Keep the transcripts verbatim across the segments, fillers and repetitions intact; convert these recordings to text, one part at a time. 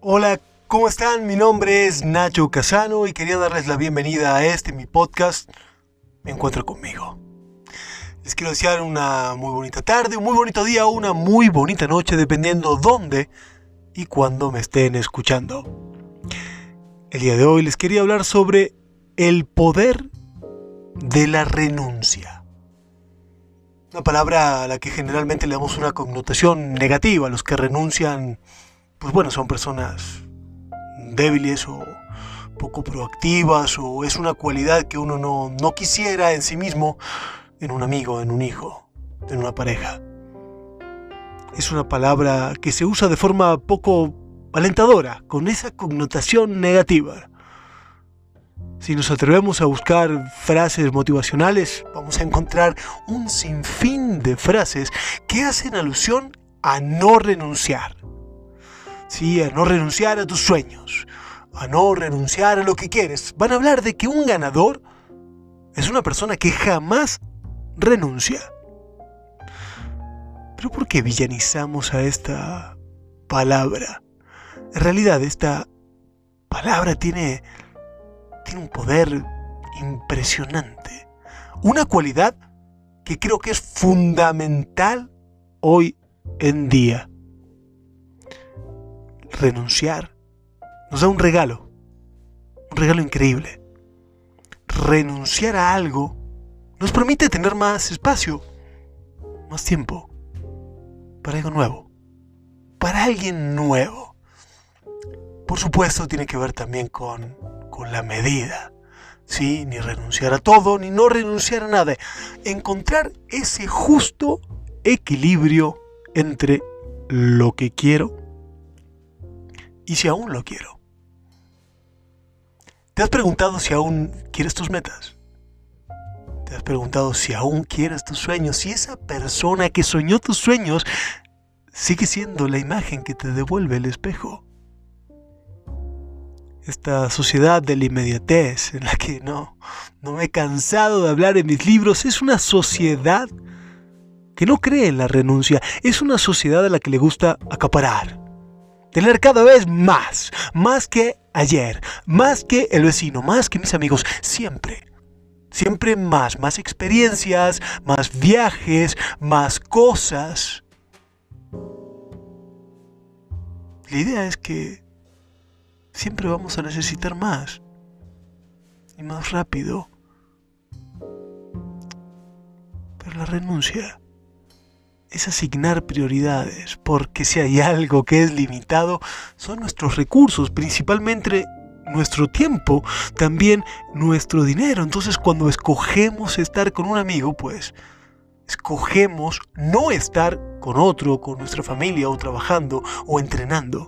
Hola, ¿cómo están? Mi nombre es Nacho Casano y quería darles la bienvenida a este mi podcast, Me Encuentro Conmigo. Les quiero desear una muy bonita tarde, un muy bonito día o una muy bonita noche, dependiendo dónde y cuándo me estén escuchando. El día de hoy les quería hablar sobre el poder de la renuncia. Una palabra a la que generalmente le damos una connotación negativa. Los que renuncian, pues bueno, son personas débiles o poco proactivas, o es una cualidad que uno no, no quisiera en sí mismo, en un amigo, en un hijo, en una pareja. Es una palabra que se usa de forma poco alentadora, con esa connotación negativa. Si nos atrevemos a buscar frases motivacionales, vamos a encontrar un sinfín de frases que hacen alusión a no renunciar. Sí, a no renunciar a tus sueños, a no renunciar a lo que quieres. Van a hablar de que un ganador es una persona que jamás renuncia. ¿Pero por qué villanizamos a esta palabra? En realidad, esta palabra tiene, tiene un poder impresionante. Una cualidad que creo que es fundamental hoy en día. Renunciar nos da un regalo, un regalo increíble. Renunciar a algo nos permite tener más espacio, más tiempo, para algo nuevo, para alguien nuevo. Por supuesto, tiene que ver también con, con la medida. Sí, ni renunciar a todo, ni no renunciar a nada. Encontrar ese justo equilibrio entre lo que quiero y si aún lo quiero. ¿Te has preguntado si aún quieres tus metas? ¿Te has preguntado si aún quieres tus sueños? Si esa persona que soñó tus sueños sigue siendo la imagen que te devuelve el espejo. Esta sociedad de la inmediatez en la que no, no me he cansado de hablar en mis libros, es una sociedad que no cree en la renuncia. Es una sociedad a la que le gusta acaparar. Tener cada vez más, más que ayer, más que el vecino, más que mis amigos, siempre, siempre más, más experiencias, más viajes, más cosas. La idea es que siempre vamos a necesitar más y más rápido. Pero la renuncia es asignar prioridades, porque si hay algo que es limitado, son nuestros recursos, principalmente nuestro tiempo, también nuestro dinero. Entonces, cuando escogemos estar con un amigo, pues escogemos no estar con otro, con nuestra familia, o trabajando, o entrenando.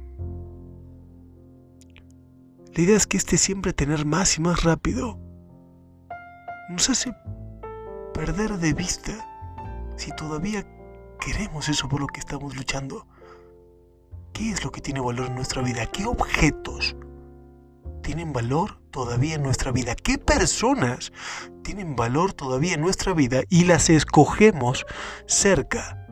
La idea es que este siempre tener más y más rápido nos hace perder de vista si todavía queremos eso por lo que estamos luchando. ¿Qué es lo que tiene valor en nuestra vida? ¿Qué objetos tienen valor todavía en nuestra vida? ¿Qué personas tienen valor todavía en nuestra vida y las escogemos cerca?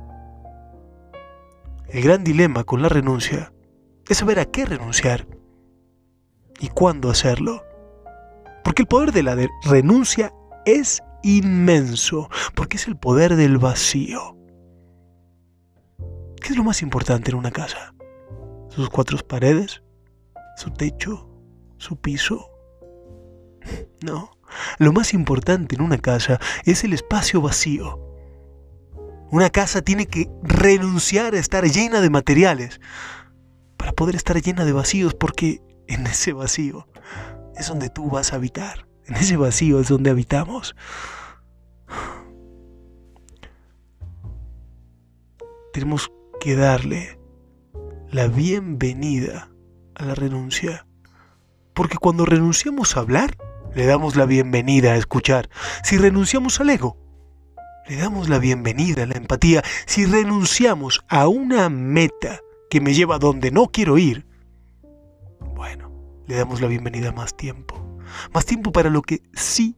El gran dilema con la renuncia es saber a qué renunciar y cuándo hacerlo. Porque el poder de la de renuncia es inmenso, porque es el poder del vacío. ¿Qué es lo más importante en una casa? ¿Sus cuatro paredes? ¿Su techo? ¿Su piso? No, lo más importante en una casa es el espacio vacío. Una casa tiene que renunciar a estar llena de materiales para poder estar llena de vacíos, porque en ese vacío es donde tú vas a habitar. En ese vacío es donde habitamos. Tenemos que darle la bienvenida a la renuncia. Porque cuando renunciamos a hablar, le damos la bienvenida a escuchar. Si renunciamos al ego, le damos la bienvenida a la empatía. Si renunciamos a una meta que me lleva a donde no quiero ir, bueno, le damos la bienvenida a más tiempo. Más tiempo para lo que sí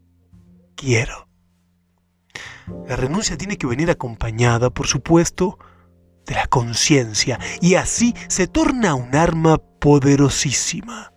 quiero. La renuncia tiene que venir acompañada, por supuesto, de la conciencia, y así se torna un arma poderosísima.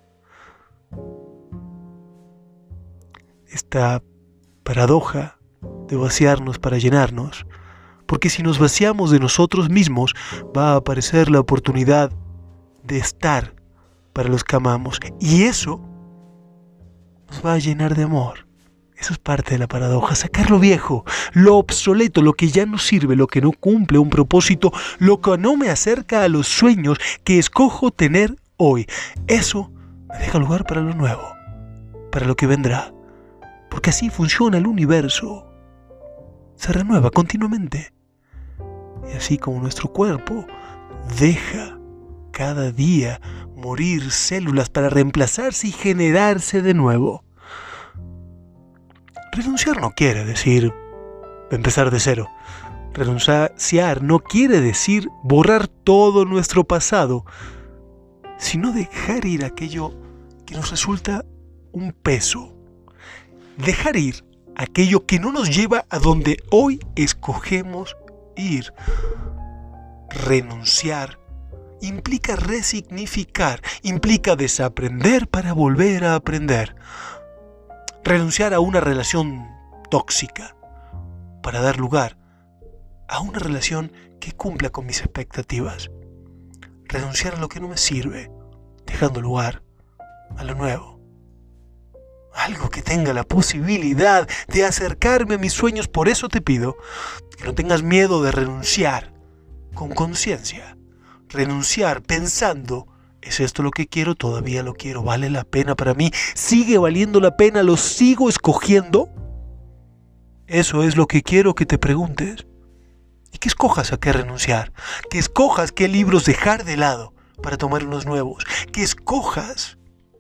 Esta paradoja de vaciarnos para llenarnos, porque si nos vaciamos de nosotros mismos, va a aparecer la oportunidad de estar para los que amamos, y eso nos va a llenar de amor. Eso es parte de la paradoja, sacar lo viejo, lo obsoleto, lo que ya no sirve, lo que no cumple un propósito, lo que no me acerca a los sueños que escojo tener hoy. Eso me deja lugar para lo nuevo, para lo que vendrá, porque así funciona el universo. Se renueva continuamente. Y así como nuestro cuerpo deja cada día morir células para reemplazarse y generarse de nuevo. Renunciar no quiere decir empezar de cero. Renunciar no quiere decir borrar todo nuestro pasado, sino dejar ir aquello que nos resulta un peso. Dejar ir aquello que no nos lleva a donde hoy escogemos ir. Renunciar implica resignificar, implica desaprender para volver a aprender. Renunciar a una relación tóxica para dar lugar a una relación que cumpla con mis expectativas. Renunciar a lo que no me sirve, dejando lugar a lo nuevo. Algo que tenga la posibilidad de acercarme a mis sueños. Por eso te pido que no tengas miedo de renunciar con conciencia. Renunciar pensando: ¿es esto lo que quiero? ¿Todavía lo quiero? ¿Vale la pena para mí? ¿Sigue valiendo la pena? ¿Lo sigo escogiendo? Eso es lo que quiero que te preguntes. Y que escojas a qué renunciar. Que escojas qué libros dejar de lado para tomar unos nuevos. Que escojas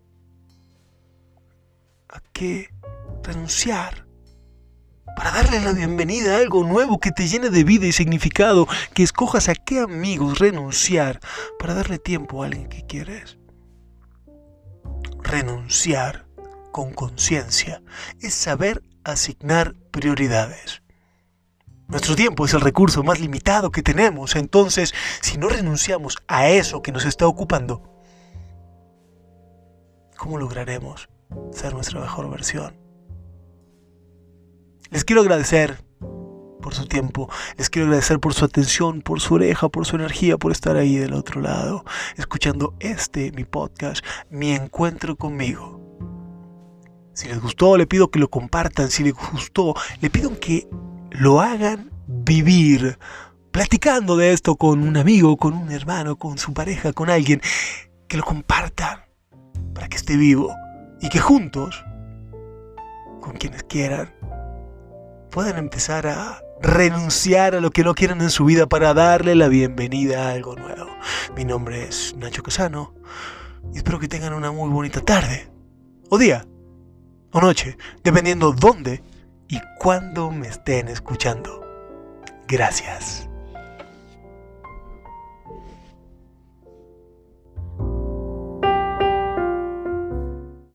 a qué renunciar para darle la bienvenida a algo nuevo que te llene de vida y significado. Que escojas a qué amigos renunciar para darle tiempo a alguien que quieres. Renunciar con conciencia es saber asignar prioridades. Nuestro tiempo es el recurso más limitado que tenemos, entonces si no renunciamos a eso que nos está ocupando, ¿cómo lograremos ser nuestra mejor versión? Les quiero agradecer por su tiempo, les quiero agradecer por su atención, por su oreja, por su energía, por estar ahí del otro lado, escuchando este, mi podcast, Mi Encuentro Conmigo. Si les gustó, le pido que lo compartan. Si les gustó, le pido que lo hagan vivir, platicando de esto con un amigo, con un hermano, con su pareja, con alguien, que lo compartan para que esté vivo y que juntos, con quienes quieran, puedan empezar a renunciar a lo que no quieren en su vida para darle la bienvenida a algo nuevo. Mi nombre es Nacho Casano y espero que tengan una muy bonita tarde, o día, o noche, dependiendo dónde y cuándo me estén escuchando. Gracias.